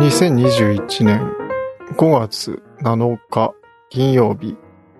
2021年5月7日金曜日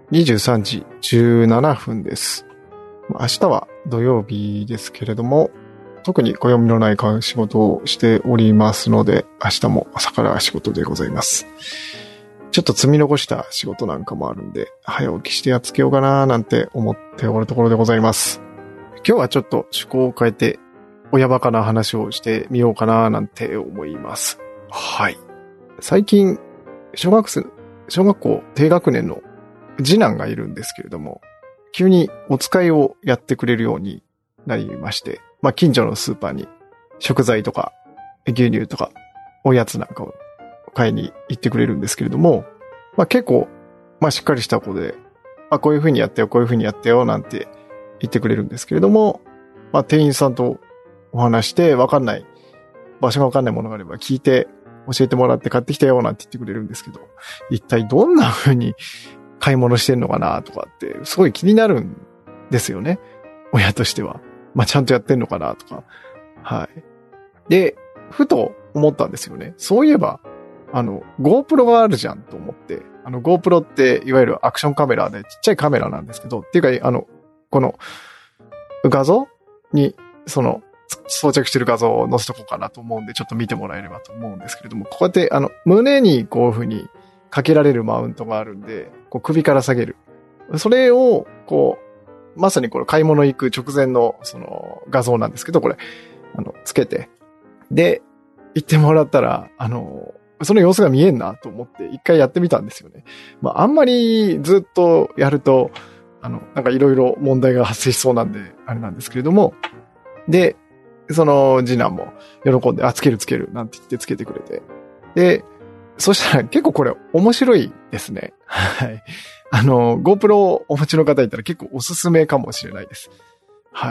23時17分です。明日は土曜日ですけれども、特に暦のない仕事をしておりますので、明日も朝から仕事でございます。ちょっと積み残した仕事なんかもあるんで、早起きしてやっつけようかななんて思っておるところでございます。今日はちょっと趣向を変えて、親バカな話をしてみようかななんて思います。はい。最近、小学校低学年の次男がいるんですけれども、急にお使いをやってくれるようになりまして、近所のスーパーに食材とか牛乳とかおやつなんかを買いに行ってくれるんですけれども、結構、しっかりした子で、こういう風にやってよ、こういう風にやってよ、なんて言ってくれるんですけれども、店員さんとお話して場所がわかんないものがあれば聞いて教えてもらって買ってきたよ、なんて言ってくれるんですけど、一体どんな風に買い物してんのかなとかって、すごい気になるんですよね。親としては。ちゃんとやってんのかなとか。はい。で、ふと思ったんですよね。そういえば、GoPro があるじゃんと思って、GoPro っていわゆるアクションカメラでちっちゃいカメラなんですけど、っていうか、この画像に、装着してる画像を載せとこうかなと思うんで、ちょっと見てもらえればと思うんですけれども、こうやって胸にこういう風にかけられるマウントがあるんで、こう首から下げる。それを、まさにこれ買い物行く直前の画像なんですけど、これ、つけて、で、行ってもらったら、その様子が見えんなと思って一回やってみたんですよね。あんまりずっとやると、なんかいろいろ問題が発生しそうなんで、あれなんですけれども、で、その次男も喜んで、つける、なんて言ってつけてくれて。で、そしたら結構これ面白いですね。はい。GoPro をお持ちの方いたら結構おすすめかもしれないです。はい。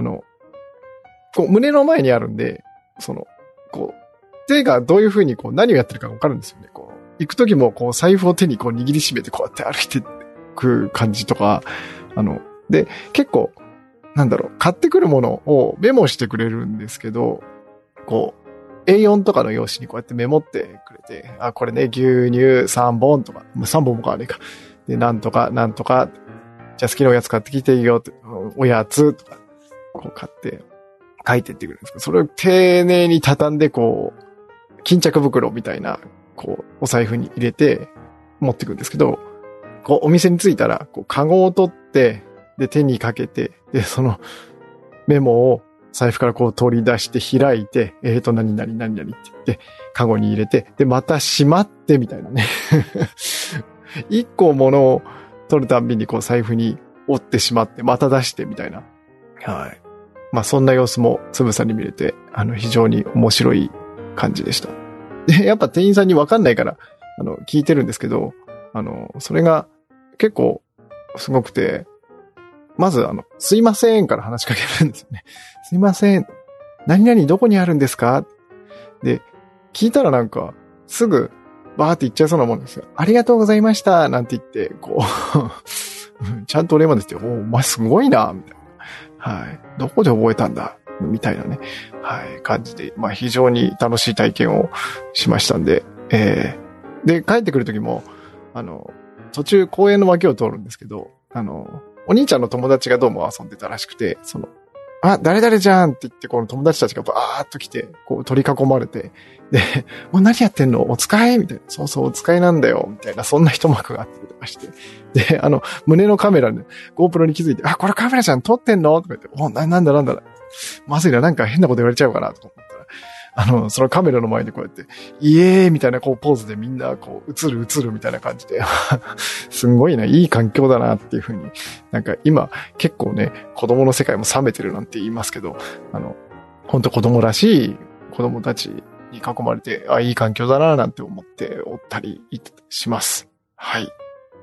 胸の前にあるんで、手がどういう風に何をやってるかわかるんですよね。行く時も財布を手に握りしめてこうやって歩いてく感じとか、で、結構、買ってくるものをメモしてくれるんですけど、A4 とかの用紙にこうやってメモってくれて、これね、牛乳3本とか、3本も買わねえか。で、なんとか、じゃあ好きなおやつ買ってきていいよって、おやつとか、買って、書いてってくれるんですけど、それを丁寧に畳んで、巾着袋みたいな、お財布に入れて、持ってくんですけど、お店に着いたら、カゴを取って、で、手にかけて、で、そのメモを財布から取り出して開いて、何々って言って、カゴに入れて、で、またしまって、みたいなね。一個物を取るたんびに財布に折ってしまって、また出して、みたいな。はい。そんな様子もつぶさに見れて、非常に面白い感じでした。で、やっぱ店員さんにわかんないから、聞いてるんですけど、それが結構すごくて、まずすいませんから話しかけるんですよね。すいません。何々どこにあるんですか？で、聞いたらなんか、すぐ、バーって言っちゃいそうなもんですよ。ありがとうございました。なんて言って、ちゃんとお礼までして、お前すごいな、みたいな。はい。どこで覚えたんだみたいなね。はい。感じで、非常に楽しい体験をしましたんで、で、帰ってくるときも、途中公園の脇を通るんですけど、お兄ちゃんの友達がどうも遊んでたらしくて、誰々じゃんって言って、この友達たちがバーっと来て、取り囲まれて、で、もう何やってんのお使いみたいな。そうそう、お使いなんだよ。みたいな、そんな一幕があってまして。で、胸のカメラで、GoPro に気づいて、これカメラじゃん撮ってんのとか言って、なんだ。まずいな、なんか変なこと言われちゃうかな、とか思ったら、そのカメラの前でこうやって、イエーイみたいなポーズでみんな映るみたいな感じで、すんごいな、いい環境だなっていう風に、なんか今結構ね、子供の世界も冷めてるなんて言いますけど、本当子供らしい子供たちに囲まれて、いい環境だななんて思っておったりします。はい。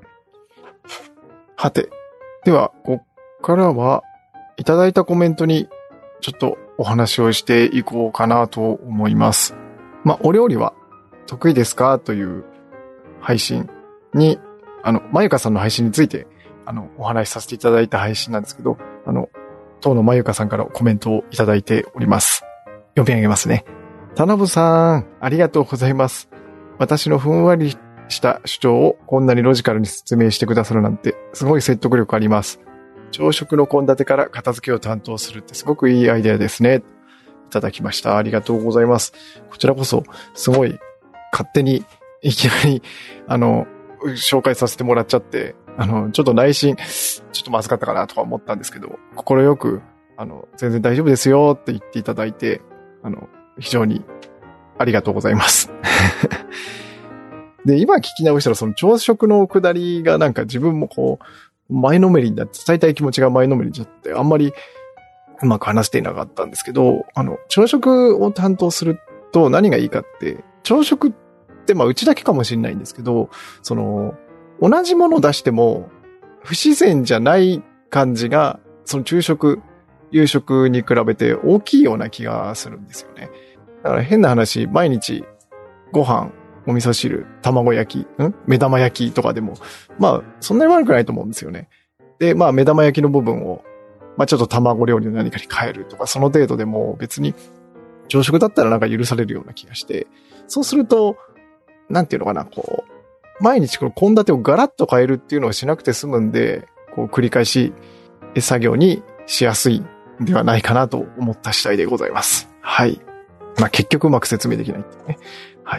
はて。では、こっからは、いただいたコメントにちょっとお話をしていこうかなと思います。お料理は得意ですかという配信に、まゆかさんの配信について、お話しさせていただいた配信なんですけど、当のまゆかさんからコメントをいただいております。読み上げますね。 田辺さん、ありがとうございます。私のふんわりした主張をこんなにロジカルに説明してくださるなんて、すごい説得力あります。朝食の献立から片付けを担当するってすごくいいアイデアですね。いただきました。ありがとうございます。こちらこそ、すごい、勝手に、いきなり、紹介させてもらっちゃって、ちょっと内心、ちょっとまずかったかなとか思ったんですけど、心よく、全然大丈夫ですよって言っていただいて、非常にありがとうございます。で、今聞き直したらその朝食のくだりがなんか自分もこう、前のめりになって、伝えたい気持ちが前のめりになっちゃって、あんまりうまく話していなかったんですけど、朝食を担当すると何がいいかって、朝食ってまあうちだけかもしれないんですけど、同じものを出しても不自然じゃない感じが、その昼食、夕食に比べて大きいような気がするんですよね。だから変な話、毎日ご飯、お味噌汁、卵焼き、目玉焼きとかでも、まあそんなに悪くないと思うんですよね。で、まあ目玉焼きの部分を、まあちょっと卵料理の何かに変えるとか、その程度でも別に朝食だったらなんか許されるような気がして、そうすると、なんていうのかな、こう、毎日この献立をガラッと変えるっていうのをしなくて済むんで、こう繰り返し作業にしやすいんではないかなと思った次第でございます。はい。まあ結局うまく説明できないっていうね。はい。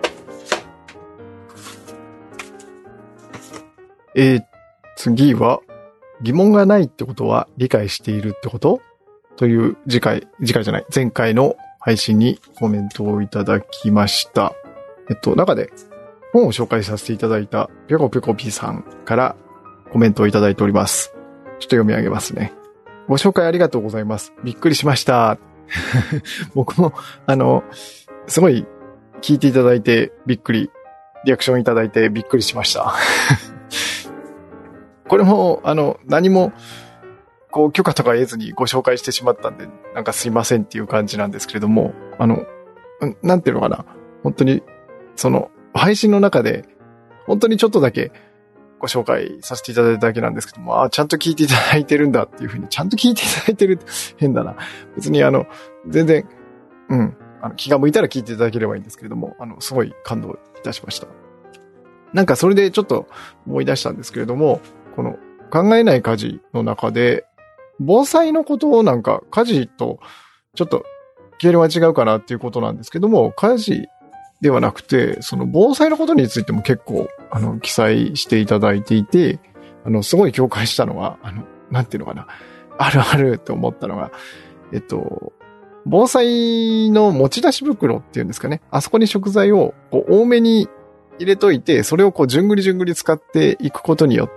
次は、疑問がないってことは理解しているってことという次回じゃない、前回の配信にコメントをいただきました。中で本を紹介させていただいたぴょこぴょこぴさんからコメントをいただいております。ちょっと読み上げますね。ご紹介ありがとうございます。びっくりしました。僕も、すごい聞いていただいてびっくり、リアクションいただいてびっくりしました。これも、何も、こう、許可とか得ずにご紹介してしまったんで、なんかすいませんっていう感じなんですけれども、なんていうのかな。本当に、配信の中で、本当にちょっとだけご紹介させていただいただけなんですけども、ちゃんと聞いていただいてるんだっていうふうに、ちゃんと聞いていただいてるって変だな。別に全然、気が向いたら聞いていただければいいんですけれども、すごい感動いたしました。なんかそれでちょっと思い出したんですけれども、この考えない家事の中で、防災のことをなんか家事とちょっと経路は違うかなっていうことなんですけども、家事ではなくて、その防災のことについても結構記載していただいていて、すごい共感したのは、なんていうのかな、あるあるって思ったのが、防災の持ち出し袋っていうんですかね、あそこに食材をこう多めに入れといて、それをこう、じゅんぐり使っていくことによって、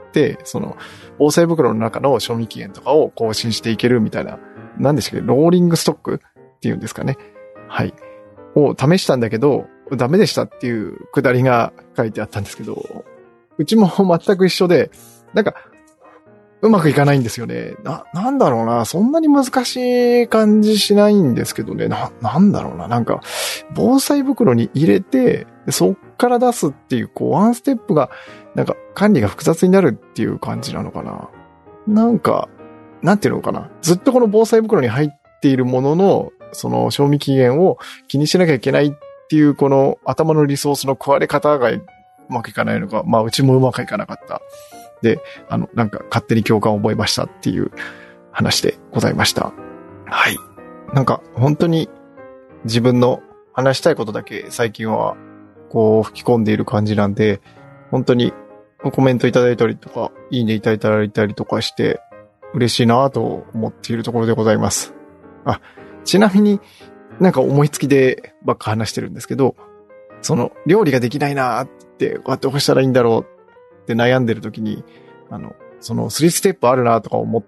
防災袋の中の賞味期限とかを更新していけるみたいな、なんでしたっけ、ローリングストックっていうんですかね。はい。を試したんだけど、ダメでしたっていうくだりが書いてあったんですけど、うちも全く一緒で、なんか、うまくいかないんですよね。なんだろうな。そんなに難しい感じしないんですけどね。なんだろうな。なんか、防災袋に入れて、そっから出すっていう、こう、ワンステップが、なんか、管理が複雑になるっていう感じなのかな。なんか、なんていうのかな。ずっとこの防災袋に入っているものの、その、賞味期限を気にしなきゃいけないっていう、この、頭のリソースの食われ方がうまくいかないのか、まあ、うちもうまくいかなかった。で、なんか勝手に共感を覚えましたっていう話でございました。はい。なんか本当に自分の話したいことだけ最近はこう吹き込んでいる感じなんで、本当にコメントいただいたりとか、いいねいただいたりとかして嬉しいなと思っているところでございます。ちなみになんか思いつきでばっか話してるんですけど、料理ができないなーってこうやってどうしたらいいんだろうって悩んでる時に、3ステップあるなとか思って、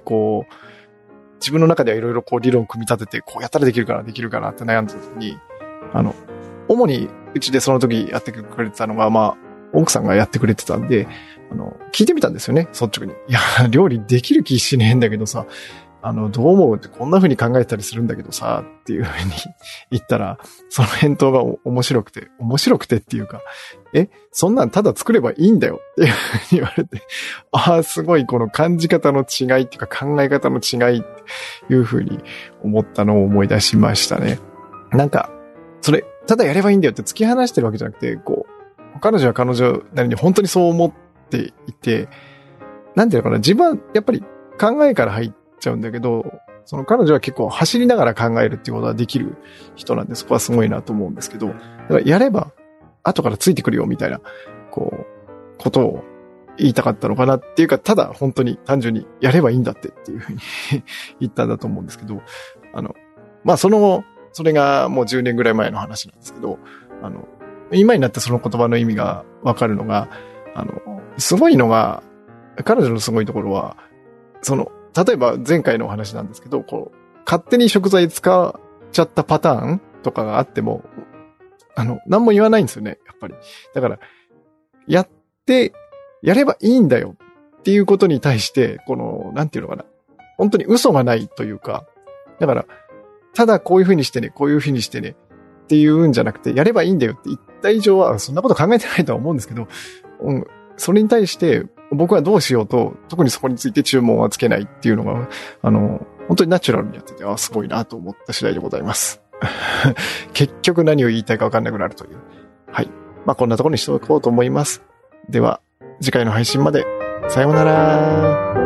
こう、自分の中ではいろいろこう理論を組み立てて、こうやったらできるかなって悩んだ時に、主にうちでその時やってくれてたのが、まあ、奥さんがやってくれてたんで、聞いてみたんですよね、率直に。いや、料理できる気しねえんだけどさ、どう思うってこんな風に考えたりするんだけどさ、っていう風に言ったら、その返答が面白くてっていうか、そんなんただ作ればいいんだよっていう風に言われて、すごいこの感じ方の違いっていうか考え方の違いっていう風に思ったのを思い出しましたね。 なんか、それ、ただやればいいんだよって突き放してるわけじゃなくて、こう、彼女は彼女なりに本当にそう思っていて、なんていうのかな、自分はやっぱり考えから入っちゃうんだけど、その彼女は結構走りながら考えるっていうことができる人なんで、そこはすごいなと思うんですけど、だからやれば後からついてくるよみたいな、こう、ことを言いたかったのかなっていうか、ただ本当に単純にやればいいんだっていうふうに言ったんだと思うんですけど、まあそれがもう10年ぐらい前の話なんですけど、今になってその言葉の意味がわかるのが、すごいのが、彼女のすごいところは、例えば前回のお話なんですけど、こう、勝手に食材使っちゃったパターンとかがあっても、何も言わないんですよね、やっぱり。だから、やればいいんだよっていうことに対して、なんていうのかな。本当に嘘がないというか、だから、ただこういう風にしてね、こういう風にしてねっていうんじゃなくて、やればいいんだよって言った以上は、そんなこと考えてないとは思うんですけど、それに対して僕はどうしようと、特にそこについて注文はつけないっていうのが、本当にナチュラルにやってて、すごいなと思った次第でございます。結局何を言いたいか分かんなくなるという。はい。まあ、こんなところにしておこうと思います。では、次回の配信まで。さようなら。